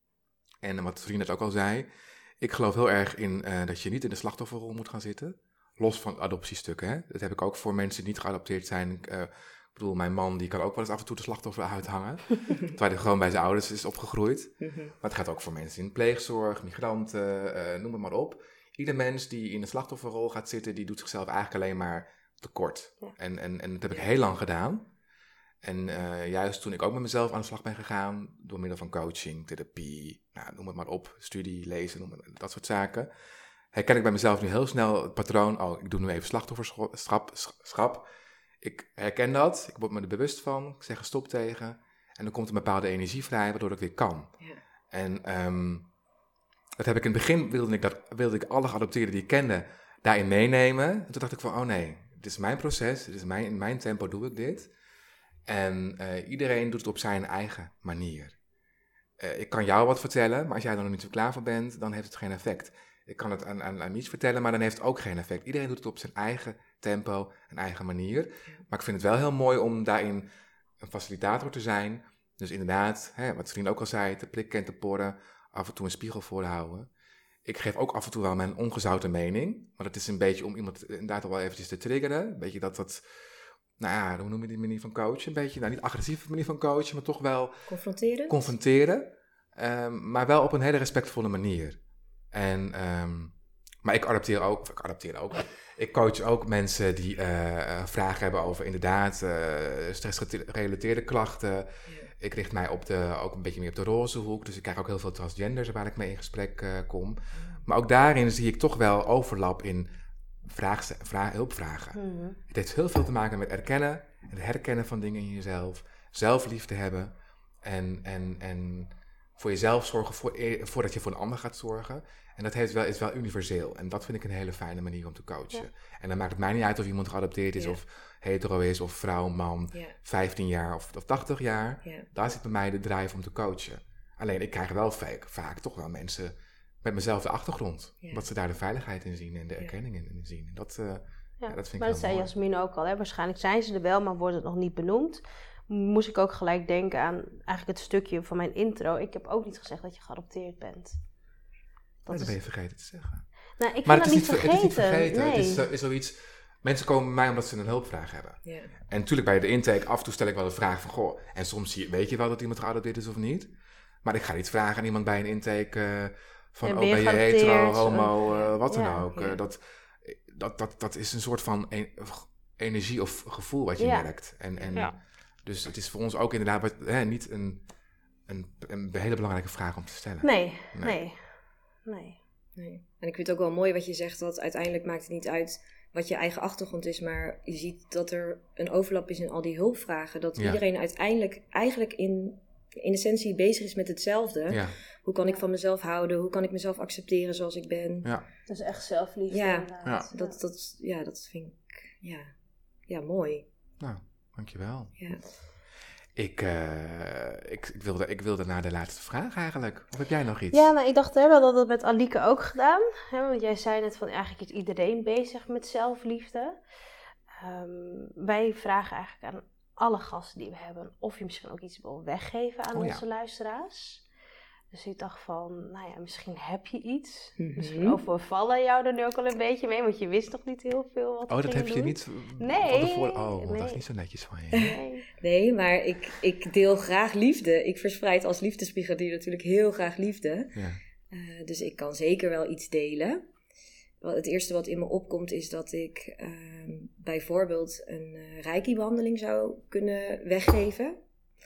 En wat vriend net ook al zei, ik geloof heel erg in uh, dat je niet in de slachtofferrol moet gaan zitten. Los van adoptiestukken. Hè? Dat heb ik ook voor mensen die niet geadopteerd zijn. Uh, ik bedoel, mijn man die kan ook wel eens af en toe de slachtoffer uithangen. Terwijl hij gewoon bij zijn ouders is opgegroeid. Mm-hmm. Maar het gaat ook voor mensen in pleegzorg, migranten, uh, noem het maar op. Ieder mens die in de slachtofferrol gaat zitten, die doet zichzelf eigenlijk alleen maar tekort. Ja. En, en, en dat heb ik heel lang gedaan. En uh, juist toen ik ook met mezelf aan de slag ben gegaan, door middel van coaching, therapie, nou, noem het maar op, studie, lezen, noem het, dat soort zaken, herken ik bij mezelf nu heel snel het patroon, oh, ik doe nu even slachtofferschap, schap. Ik herken dat, ik word me er bewust van, ik zeg er stop tegen en dan komt een bepaalde energie vrij, waardoor ik weer kan. Ja. En um, dat heb ik in het begin, wilde ik, dat, wilde ik alle geadopteerden die ik kende, daarin meenemen. En toen dacht ik van, oh nee, dit is mijn proces, dit is mijn, in mijn tempo doe ik dit. En uh, iedereen doet het op zijn eigen manier. Uh, ik kan jou wat vertellen, maar als jij er nog niet zo klaar voor bent, dan heeft het geen effect. Ik kan het aan, aan, aan Mies vertellen, maar dan heeft het ook geen effect. Iedereen doet het op zijn eigen tempo en eigen manier. Maar ik vind het wel heel mooi om daarin een facilitator te zijn. Dus inderdaad, hè, wat vriend ook al zei, te prikken en te porren, af en toe een spiegel voorhouden. Ik geef ook af en toe wel mijn ongezouten mening. Maar dat is een beetje om iemand inderdaad al wel eventjes te triggeren. Een beetje dat dat... Nou ja, hoe noem je die manier van coachen? Een beetje, nou niet agressieve manier van coachen, maar toch wel... Confronteren? Confronteren. Um, maar wel op een hele respectvolle manier. En, um, maar ik adopteer ook, of ik adopteer ook. Ik coach ook mensen die uh, vragen hebben over inderdaad uh, stressgerelateerde klachten. Ja. Ik richt mij op de, ook een beetje meer op de roze hoek. Dus ik krijg ook heel veel transgenders waar ik mee in gesprek uh, kom. Ja. Maar ook daarin zie ik toch wel overlap in... Vraag, vraag, hulpvragen. Mm-hmm. Het heeft heel veel te maken met erkennen en herkennen van dingen in jezelf, zelfliefde hebben en, en, en voor jezelf zorgen voor, voordat je voor een ander gaat zorgen. En dat heeft wel, is wel universeel en dat vind ik een hele fijne manier om te coachen. Ja. En dan maakt het mij niet uit of iemand geadopteerd is, ja. of hetero is, of vrouw, man, ja. vijftien jaar of, of tachtig jaar. Ja. Daar zit bij mij de drive om te coachen. Alleen ik krijg wel vaak, vaak toch wel mensen met mijnzelfde achtergrond. Ja. Dat ze daar de veiligheid in zien en de Ja. erkenning in, in zien. Dat, uh, Ja. ja, dat vind Maar ik dat heel zei mooi. Jasmine ook al. Hè? Waarschijnlijk zijn ze er wel, maar wordt het nog niet benoemd. Moest ik ook gelijk denken aan eigenlijk het stukje van mijn intro. Ik heb ook niet gezegd dat je geadopteerd bent. Dat, dat is... ben je vergeten te zeggen. Nou, ik maar vind het is, dat niet, niet het is vergeten. niet vergeten. Nee. Het is, uh, is zoiets... Mensen komen bij mij omdat ze een hulpvraag hebben. Ja. En natuurlijk bij de intake af en toe stel ik wel de vraag van... Goh, en soms zie je, weet je wel dat iemand geadopteerd is of niet. Maar ik ga niet vragen aan iemand bij een intake... Uh, van, ja, oh, ben je, ben je hetero, homo, of, uh, wat ja, dan ook. Ja. Uh, dat, dat, dat, dat is een soort van en, energie of gevoel wat je ja. merkt. En, en ja. Dus het is voor ons ook inderdaad wat, hè, niet een, een, een hele belangrijke vraag om te stellen. Nee, nee, nee. nee. nee. En ik vind het ook wel mooi wat je zegt, dat uiteindelijk maakt het niet uit wat je eigen achtergrond is, maar je ziet dat er een overlap is in al die hulpvragen. Dat ja. iedereen uiteindelijk eigenlijk in, in essentie bezig is met hetzelfde. Ja. Hoe kan ik van mezelf houden? Hoe kan ik mezelf accepteren zoals ik ben? Ja. Dat is echt zelfliefde. Ja, ja. Dat, dat, ja, dat vind ik ja, ja, mooi. Nou, dankjewel. Ja. Ik, uh, ik, ik, wilde, ik wilde naar de laatste vraag eigenlijk. Of heb jij nog iets? Ja, nou, ik dacht hè, wel dat het met Alieke ook gedaan. Hè, want jij zei net van eigenlijk is iedereen bezig met zelfliefde. Um, wij vragen eigenlijk aan alle gasten die we hebben of je misschien ook iets wil weggeven aan oh, onze ja. luisteraars. Dus ik dacht van, nou ja, misschien heb je iets. Mm-hmm. Misschien overvallen jou er nu ook al een beetje mee, want je wist nog niet heel veel wat Oh, dat heb doen. je niet nee, van tevoren? Oh, nee. dat is niet zo netjes van je. Nee, nee maar ik, ik deel graag liefde. Ik verspreid als liefdesbrigadier natuurlijk heel graag liefde. Ja. Uh, dus ik kan zeker wel iets delen. Het eerste wat in me opkomt is dat ik uh, bijvoorbeeld een uh, reiki-behandeling zou kunnen weggeven.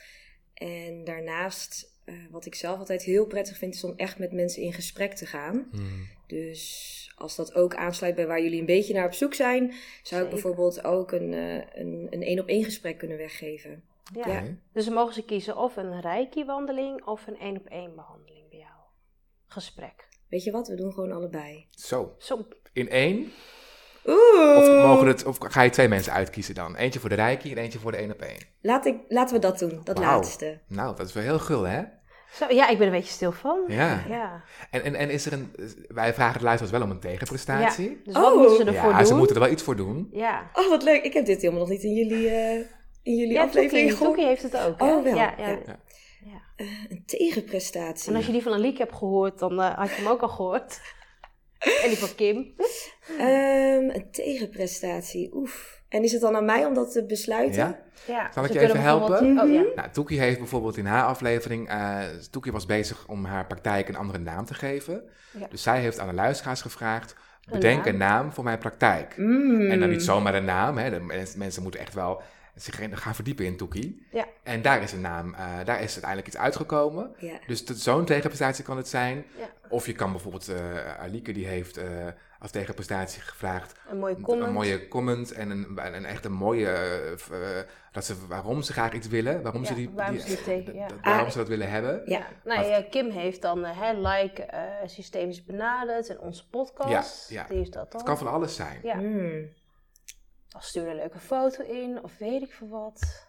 En daarnaast... Uh, wat ik zelf altijd heel prettig vind, is om echt met mensen in gesprek te gaan. Hmm. Dus als dat ook aansluit bij waar jullie een beetje naar op zoek zijn, zou Zeker. ik bijvoorbeeld ook een een één-op-één gesprek kunnen weggeven. Ja. ja. Dus dan mogen ze kiezen of een reiki-wandeling of een één-op-één behandeling bij jou. Gesprek. Weet je wat, we doen gewoon allebei. Zo. Zo. In één? Oeh. Of, mogen het, of ga je twee mensen uitkiezen dan? Eentje voor de reiki en eentje voor de één-op-één. Laat ik, laten we dat doen, dat wow. laatste. Nou, dat is wel heel gul, hè? Zo, ja, ik ben een beetje stil van. Ja. ja. En, en, en is er een... Wij vragen de luisteraars wel om een tegenprestatie. Ja, dus wat oh. moeten ze ervoor ja, doen? ze moeten er wel iets voor doen. Ja. Oh, wat leuk. Ik heb dit helemaal nog niet in jullie, uh, in jullie ja, aflevering gehoord. Toekie heeft het ook. Oh, wel. Ja, ja. ja. ja. ja. Uh, een tegenprestatie. En als je die van Alieke hebt gehoord, dan uh, had je hem ook al gehoord. En die van Kim. Um, een tegenprestatie. Oef. En is het dan aan mij om dat te besluiten? Ja. Ja, Zal ik je even helpen? Mm-hmm. Oh, ja. Nou, Toekie heeft bijvoorbeeld in haar aflevering... Uh, Toekie was bezig om haar praktijk een andere naam te geven. Ja. Dus zij heeft aan de luisteraars gevraagd... bedenk een naam, een naam voor mijn praktijk. Mm. En dan niet zomaar een naam. Hè. De mensen, mensen moeten echt wel zich gaan verdiepen in Toekie. Ja. En daar is een naam, uh, daar is uiteindelijk iets uitgekomen. Ja. Dus t- zo'n tegenprestatie kan het zijn. Ja. Of je kan bijvoorbeeld... Uh, Alieke die heeft... Uh, als tegenprestatie gevraagd. Een mooie comment. Een mooie comment en een, een, een echt een mooie... Uh, dat ze, waarom ze graag iets willen. Waarom ja, ze, die, waarom, die, ze, die tegen, ja. d- d- waarom ah, ze dat willen hebben. Ja. Nou ja, Kim heeft dan uh, like uh, systemisch benaderd en onze podcast. Ja, ja. Die is dat dan. Het kan van alles zijn. Ja. Mm. Of stuur een leuke foto in of weet ik veel wat.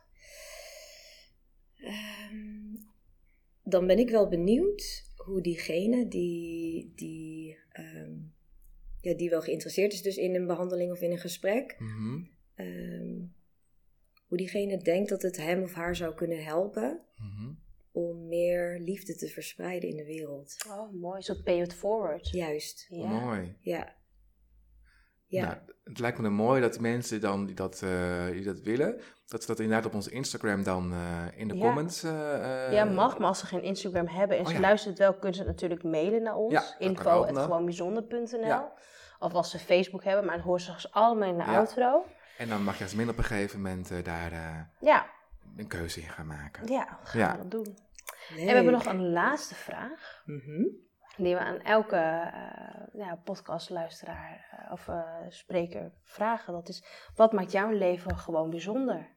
Um, dan ben ik wel benieuwd hoe diegene die... die um, Ja, die wel geïnteresseerd is dus in een behandeling of in een gesprek. Mm-hmm. Um, hoe diegene denkt dat het hem of haar zou kunnen helpen... Mm-hmm. om meer liefde te verspreiden in de wereld. Oh, mooi. Zo pay it forward. Juist. Ja. Mooi. Ja. Ja. Nou, het lijkt me mooi dat mensen dan die dat, uh, die dat willen... dat ze dat inderdaad op onze Instagram dan uh, in de ja. comments... Uh, ja, mag, maar als ze geen Instagram hebben en oh, ze ja. luisteren het wel... kunnen ze het natuurlijk mailen naar ons. Ja, info at gewoonbijzonder punt n l Ja. Of als ze Facebook hebben, maar dat horen ze allemaal in de ja. outro. En dan mag je als min op een gegeven moment uh, daar uh, ja. een keuze in gaan maken. Ja, gaan ja. we dat doen. Nee. En we hebben nog een laatste vraag. Mm-hmm. Die we aan elke uh, ja, podcastluisteraar uh, of uh, spreker vragen. Dat is, wat maakt jouw leven gewoon bijzonder?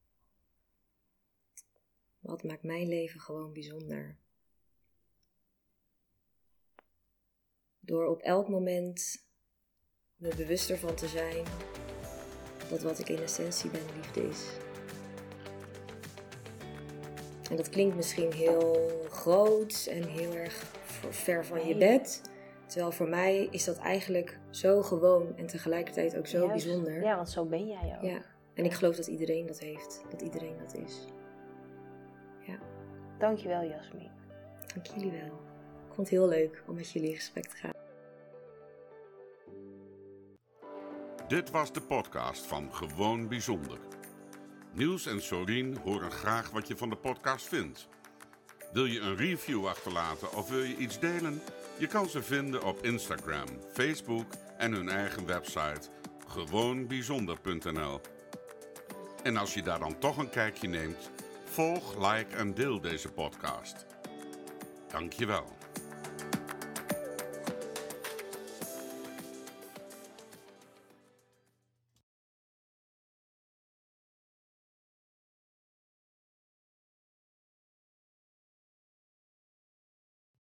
Wat maakt mijn leven gewoon bijzonder? Door op elk moment me bewust ervan te zijn dat wat ik in essentie ben liefde is. En dat klinkt misschien heel groot en heel erg ver van je bed. Terwijl voor mij is dat eigenlijk zo gewoon en tegelijkertijd ook zo Juist. bijzonder. Ja, want zo ben jij ook. Ja. En ik geloof dat iedereen dat heeft. Dat iedereen dat is. Ja. Dankjewel, Jasmin. Dank jullie wel. Ik vond het heel leuk om met jullie in gesprek te gaan. Dit was de podcast van Gewoon Bijzonder. Niels en Sorien horen graag wat je van de podcast vindt. Wil je een review achterlaten of wil je iets delen? Je kan ze vinden op Instagram, Facebook en hun eigen website gewoon bijzonder punt n l. En als je daar dan toch een kijkje neemt, volg, like en deel deze podcast. Dank je wel.